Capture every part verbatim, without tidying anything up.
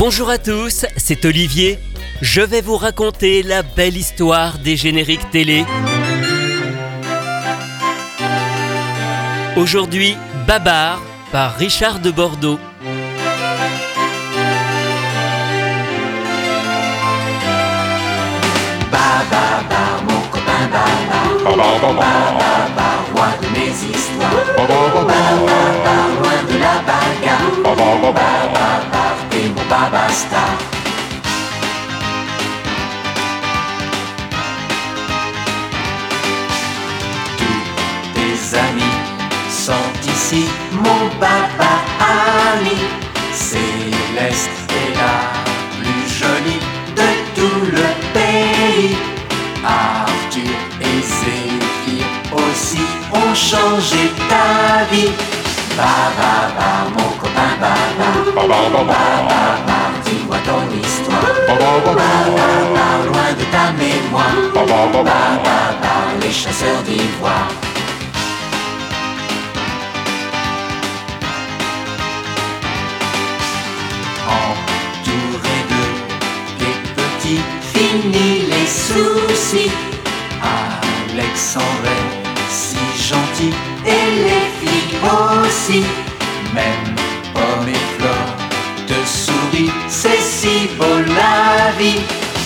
Bonjour à tous, c'est Olivier. Je vais vous raconter la belle histoire des génériques télé. Aujourd'hui, Babar par Richard de Bordeaux. Babar, mon copain Babar, Babar, roi de mes histoires, Babar, loin de la bagarre, Babar, t'es mon babastar. Tous tes amis sont ici, mon Babar ami. Céleste est la plus jolie de tout le pays. Arthur et Zéphir aussi ont changé ta vie. Babar, mon copain Babar, Babar, dis-moi ton histoire. Babar, loin de ta mémoire, Babar, les chasseurs d'ivoire. Entouré de tes petits, fini les soucis. Alexandre est si gentil et les filles aussi. Même Pomme et Flore te sourient, c'est si beau la vie.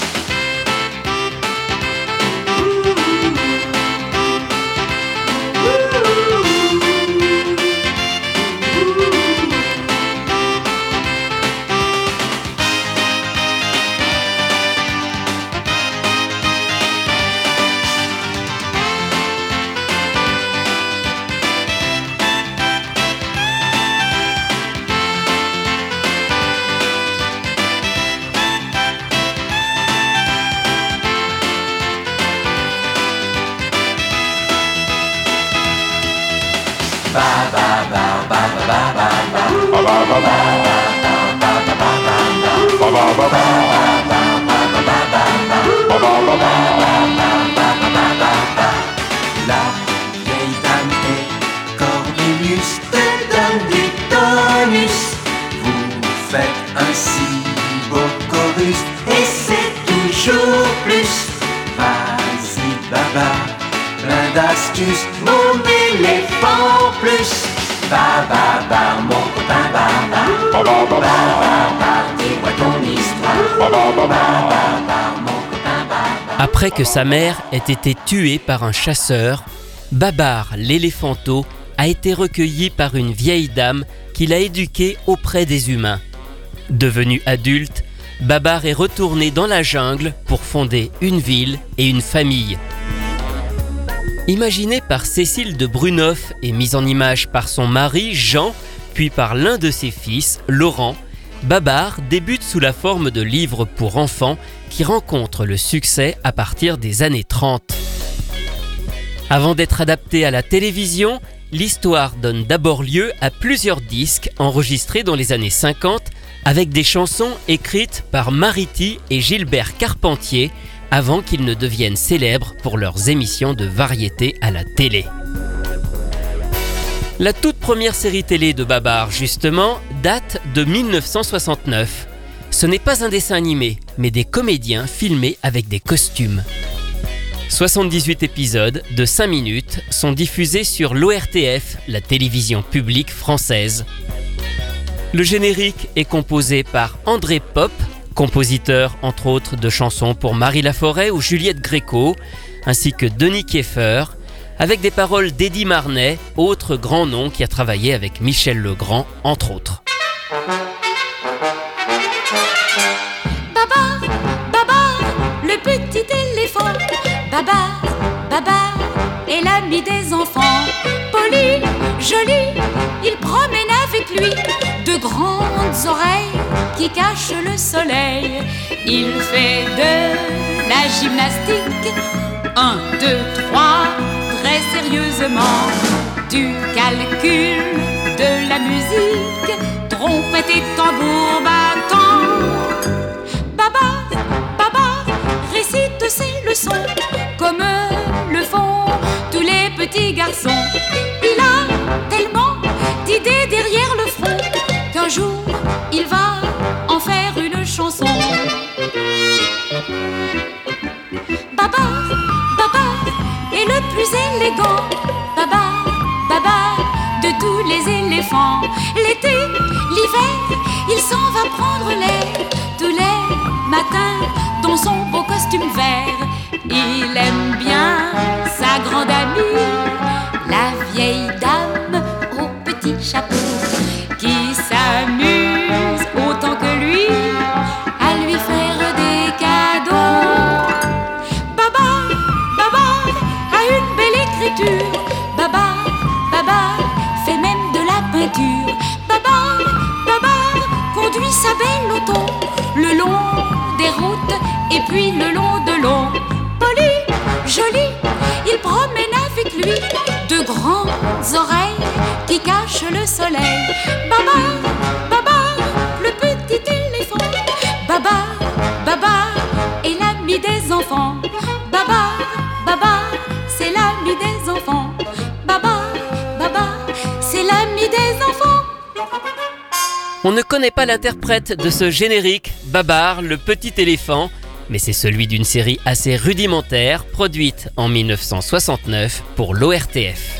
La vieille dame et Cornelius te donne du tonus. Vous faites un si beau chorus et c'est toujours plus. Vas-y Babar, plein d'astuces, mon éléphant plus. Babar, mon copain Babar, Babar, dis-moi ton histoire. Babar, mon copain Babar. Après que sa mère ait été tuée par un chasseur, Babar l'éléphanteau a été recueilli par une vieille dame qui l'a éduqué auprès des humains. Devenu adulte, Babar est retourné dans la jungle pour fonder une ville et une famille. Imaginé par Cécile de Bruneuf et mis en image par son mari Jean, puis par l'un de ses fils, Laurent, Babar débute sous la forme de livres pour enfants qui rencontrent le succès à partir des années trente. Avant d'être adapté à la télévision, l'histoire donne d'abord lieu à plusieurs disques enregistrés dans les années cinquante avec des chansons écrites par Mariti et Gilbert Carpentier avant qu'ils ne deviennent célèbres pour leurs émissions de variété à la télé. La toute première série télé de Babar, justement, date de dix-neuf cent soixante-neuf. Ce n'est pas un dessin animé, mais des comédiens filmés avec des costumes. soixante-dix-huit épisodes de cinq minutes sont diffusés sur l'O R T F, la télévision publique française. Le générique est composé par André Popp, compositeur entre autres de chansons pour Marie Laforêt ou Juliette Gréco, ainsi que Denis Kieffer, avec des paroles d'Eddie Marnay, autre grand nom qui a travaillé avec Michel Legrand, entre autres. Babar, Babar, le petit éléphant. Babar, Babar est l'ami des enfants. Poli, joli, il promène avec lui de grandes oreilles qui cachent le soleil. Il fait de la gymnastique, un, deux, trois, très sérieusement. Du calcul, de la musique, trompette et tambour battant. Babar, Babar récite ses leçons comme le font tous les petits garçons. Il a tellement d'idées derrière le front qu'un jour il va en faire une Babar, Babar est le plus élégant. Babar, Babar de tous les éléphants. L'été, l'hiver, il s'en va prendre l'air tous les matins dans son beau costume vert. Il aime bien sa grande amie, la vieille dame au petit chapeau, qui s'amuse autant que lui à lui faire des cadeaux. Babar, Babar a une belle écriture. Babar, Babar fait même de la peinture. Babar, Babar conduit sa belle auto le long des routes et puis le long de l'eau. Poli, joli, il promène avec lui de grandes oreilles qui cachent le soleil. Babar, Babar, le petit éléphant. Babar, Babar est l'ami des enfants. Babar, Babar, c'est l'ami des enfants. Babar, Babar, c'est l'ami des enfants. On ne connaît pas l'interprète de ce générique, Babar, le petit éléphant, mais c'est celui d'une série assez rudimentaire, produite en dix-neuf cent soixante-neuf pour l'O R T F.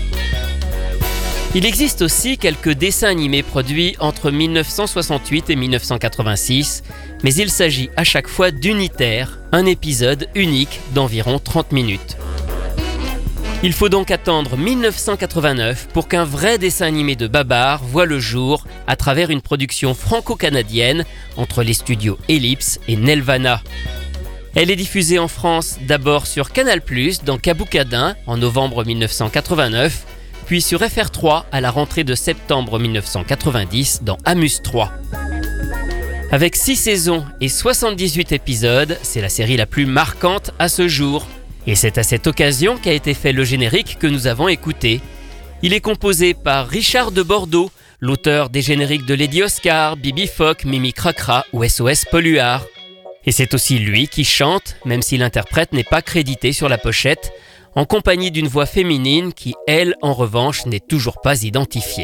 Il existe aussi quelques dessins animés produits entre dix-neuf cent soixante-huit et dix-neuf cent quatre-vingt-six, mais il s'agit à chaque fois d'unitaires, un épisode unique d'environ trente minutes. Il faut donc attendre dix-neuf cent quatre-vingt-neuf pour qu'un vrai dessin animé de Babar voie le jour à travers une production franco-canadienne entre les studios Ellipse et Nelvana. Elle est diffusée en France d'abord sur Canal plus, dans Caboucadin en novembre dix-neuf cent quatre-vingt-neuf, puis sur F R trois à la rentrée de septembre dix-neuf cent quatre-vingt-dix dans Amuse trois. Avec six saisons et soixante-dix-huit épisodes, c'est la série la plus marquante à ce jour. Et c'est à cette occasion qu'a été fait le générique que nous avons écouté. Il est composé par Richard de Bordeaux, l'auteur des génériques de Lady Oscar, Bibi Phoque, Mimi Cracra ou S O S Polluard. Et c'est aussi lui qui chante, même si l'interprète n'est pas crédité sur la pochette, en compagnie d'une voix féminine qui, elle, en revanche, n'est toujours pas identifiée.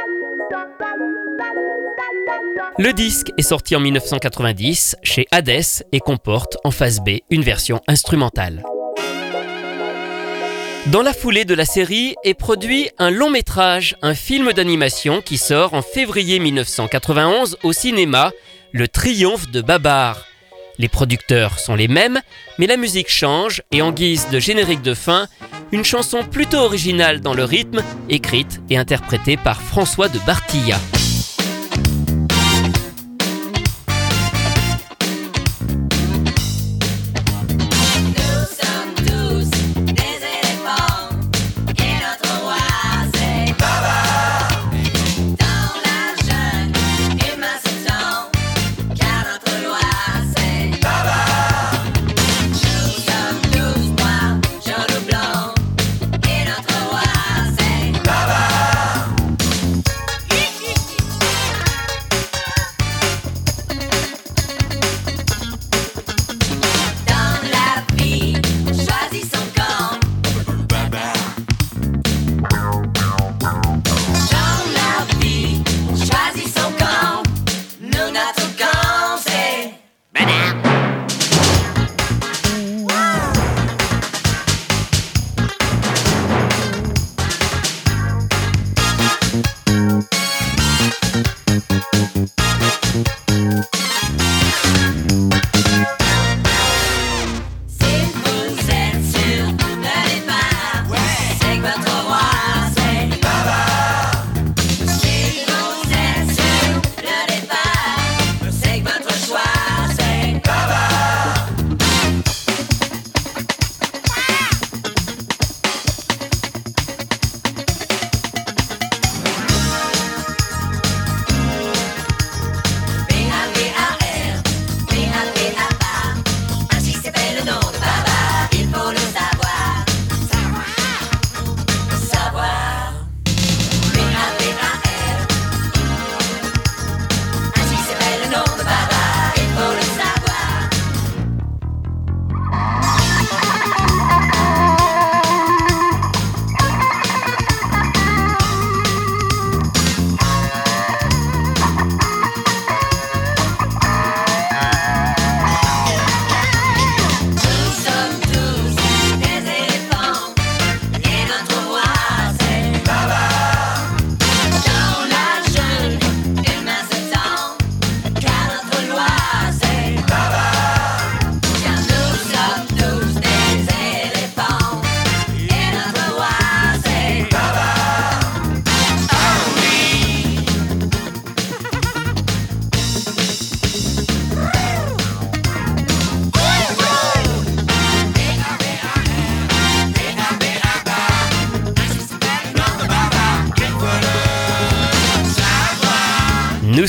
Le disque est sorti en dix-neuf cent quatre-vingt-dix chez Hades et comporte en face B une version instrumentale. Dans la foulée de la série est produit un long métrage, un film d'animation qui sort en février dix-neuf cent quatre-vingt-onze au cinéma, Le Triomphe de Babar. Les producteurs sont les mêmes, mais la musique change et en guise de générique de fin, une chanson plutôt originale dans le rythme, écrite et interprétée par François de Bartilla.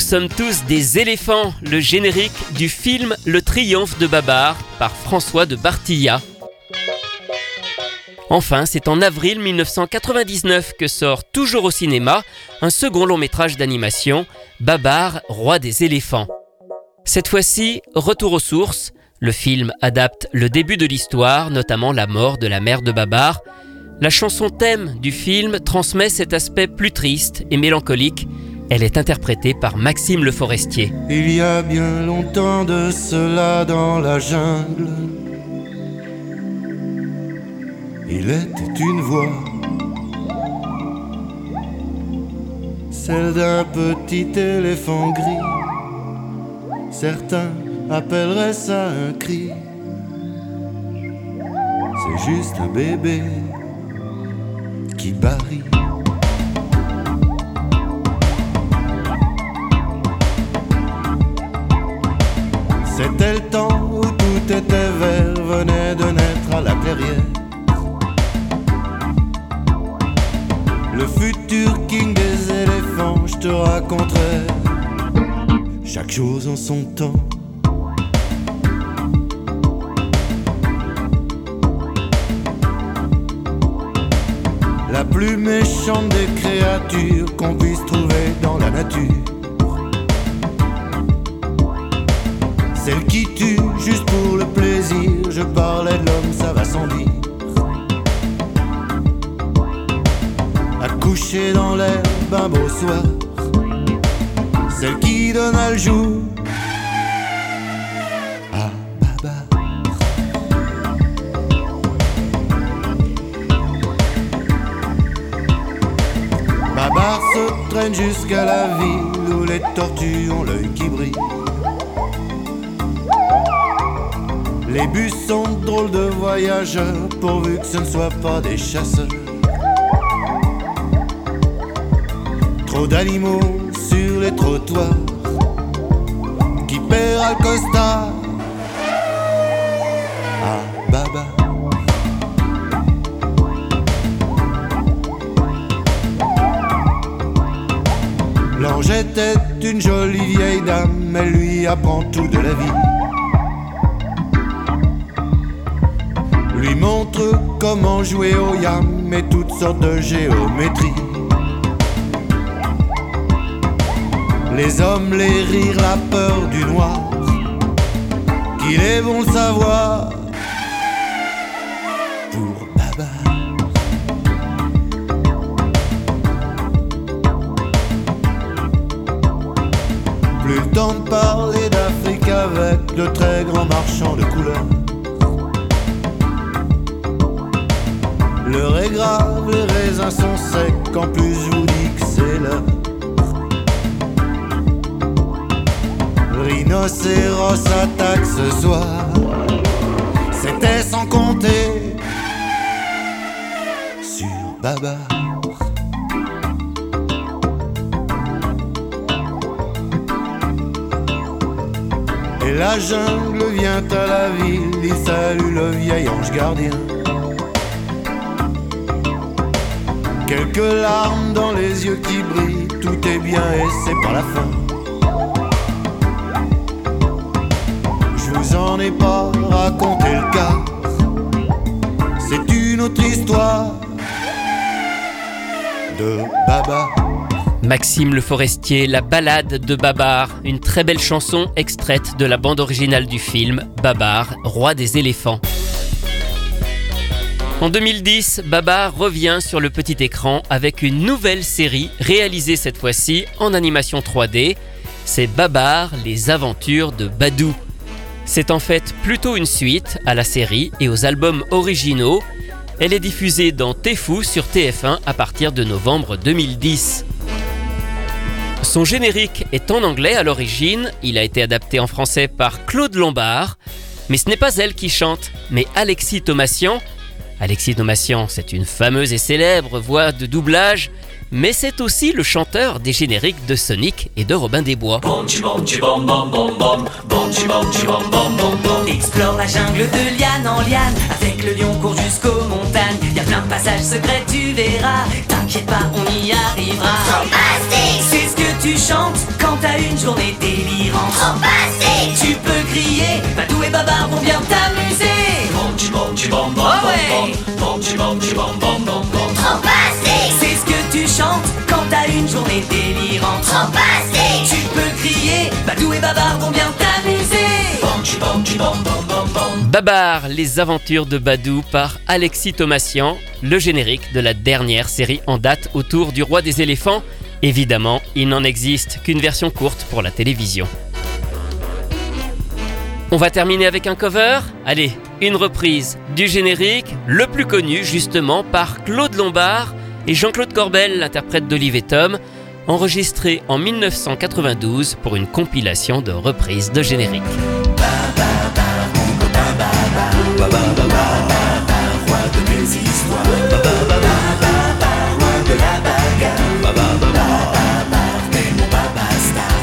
sommes tous des éléphants, le générique du film Le Triomphe de Babar par François de Bartillat. Enfin, c'est en avril mille neuf cent quatre-vingt-dix-neuf que sort toujours au cinéma un second long métrage d'animation, Babar, roi des éléphants. Cette fois-ci, retour aux sources, le film adapte le début de l'histoire, notamment la mort de la mère de Babar. La chanson thème du film transmet cet aspect plus triste et mélancolique. Elle est interprétée par Maxime Le Forestier. Il y a bien longtemps de cela dans la jungle, il était une voix, celle d'un petit éléphant gris. Certains appelleraient ça un cri. C'est juste un bébé qui barille. C'était le temps où tout était vert, venait de naître à la clairière le futur king des éléphants. Je te raconterai chaque chose en son temps. La plus méchante des créatures qu'on puisse trouver dans la nature, celle qui tue juste pour le plaisir. Je parlais de l'homme, ça va sans dire. Accouché dans l'herbe un beau soir, celle qui donna le jour à Babar. Babar se traîne jusqu'à la ville où les tortues ont l'œil qui brille. Les bus sont drôles de voyageurs, pourvu que ce ne soit pas des chasseurs. Trop d'animaux sur les trottoirs, qui perd à costard à Babar. L'ange était une jolie vieille dame, elle lui apprend tout de la vie. Lui montre comment jouer au yam et toutes sortes de géométrie. Les hommes, les rires, la peur du noir, qu'il est bon le savoir pour Babar. Plus le temps de parler d'Afrique avec le très grand marchand de couleurs. L'heure est grave, les raisins sont secs, en plus je vous dis que c'est l'heure. Rhinocéros attaque ce soir, c'était sans compter sur Babar. Et la jungle vient à la ville, il salue le vieil ange gardien. Quelques larmes dans les yeux qui brillent, tout est bien et c'est pas la fin. Je vous en ai pas raconté le cas, c'est une autre histoire de Babar. Maxime Le Forestier, la balade de Babar, une très belle chanson extraite de la bande originale du film Babar, roi des éléphants. En deux mille dix, Babar revient sur le petit écran avec une nouvelle série réalisée cette fois-ci en animation trois D. C'est Babar, les aventures de Badou. C'est en fait plutôt une suite à la série et aux albums originaux. Elle est diffusée dans T'es fou sur T F un à partir de novembre deux mille dix. Son générique est en anglais à l'origine, il a été adapté en français par Claude Lombard. Mais ce n'est pas elle qui chante, mais Alexis Thomasian. Alexis Thomasian, c'est une fameuse et célèbre voix de doublage, mais c'est aussi le chanteur des génériques de Sonic et de Robin des Bois. Explore la jungle de liane en liane, avec le lion court jusqu'aux montagnes. Y a plein de passages secrets, tu verras. T'inquiète pas, on y arrivera. Fantastique, c'est ce que que tu chantes quand t'as une journée délirante? Trop basique. Tu peux crier, Badou et Babar vont bien t'amuser. Bom tchi bom tchi bom bom Oh bom ouais. bom. Bom tchi bom tchi bom bom bom bom. Trop basique. C'est ce que tu chantes quand t'as une journée délirante. Trop basique. Tu peux crier, Badou et Babar vont bien t'amuser. Bom tchi bom tchi bom bom bom bom. Babar, les aventures de Badou par Alexis Thomasian, le générique de la dernière série en date autour du roi des éléphants. Évidemment, il n'en existe qu'une version courte pour la télévision. On va terminer avec un cover. Allez, une reprise du générique, le plus connu justement par Claude Lombard et Jean-Claude Corbel, l'interprète d'Olive et Tom, enregistré en dix-neuf cent quatre-vingt-douze pour une compilation de reprises de générique. Roi de mes histoires. Roi de la bagarre. T'es mon papa star.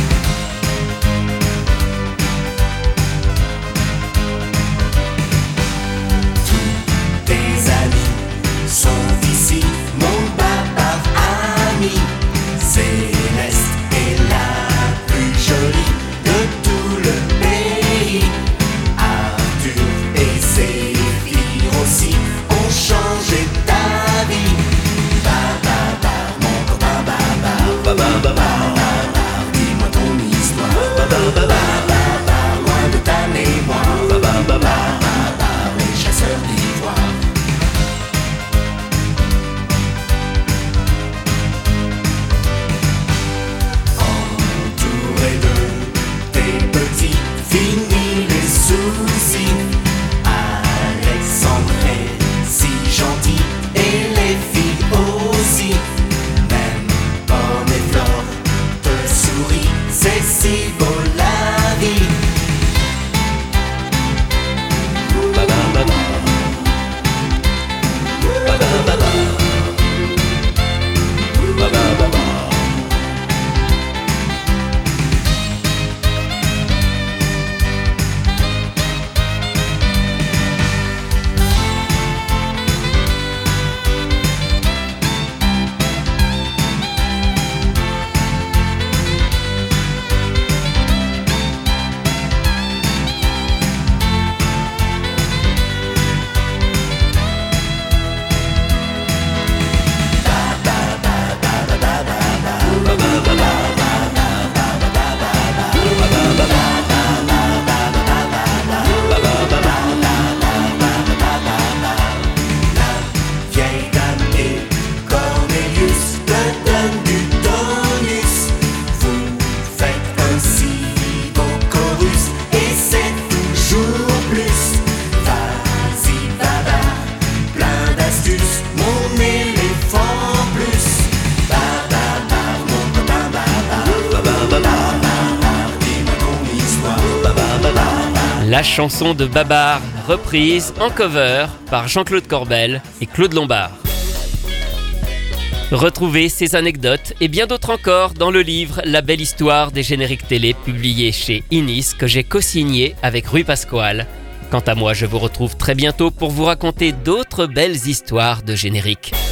Tous tes amis sont ici, mon papa ami. Céleste est la plus jolie de tout le pays. Arthur et Zéphyr aussi ont changé ta vie. Babar, mon copain Babar. Babar, dis-moi ton histoire. Babar, loin de ta mémoire. Babar, les chasseurs d'ivoire. Entouré de tes petits, fini les soucis. Alexandre est si gentil et les filles aussi. Même Pomme et Flore te sourient, c'est si beau la vie. Vieille dame et Cornelius te donnent du tonus. Vous faites un si beau chorus et c'est toujours plus. Vas-y Babar, plein d'astuces, mon éléphant plus. Babar, mon copain Babar. Babar, dis-moi ton histoire. La chanson de Babar, reprise en cover par Jean-Claude Corbel et Claude Lombard. Retrouvez ces anecdotes et bien d'autres encore dans le livre La belle histoire des génériques télé publié chez Inis que j'ai co-signé avec Rui Pasquale. Quant à moi, je vous retrouve très bientôt pour vous raconter d'autres belles histoires de génériques.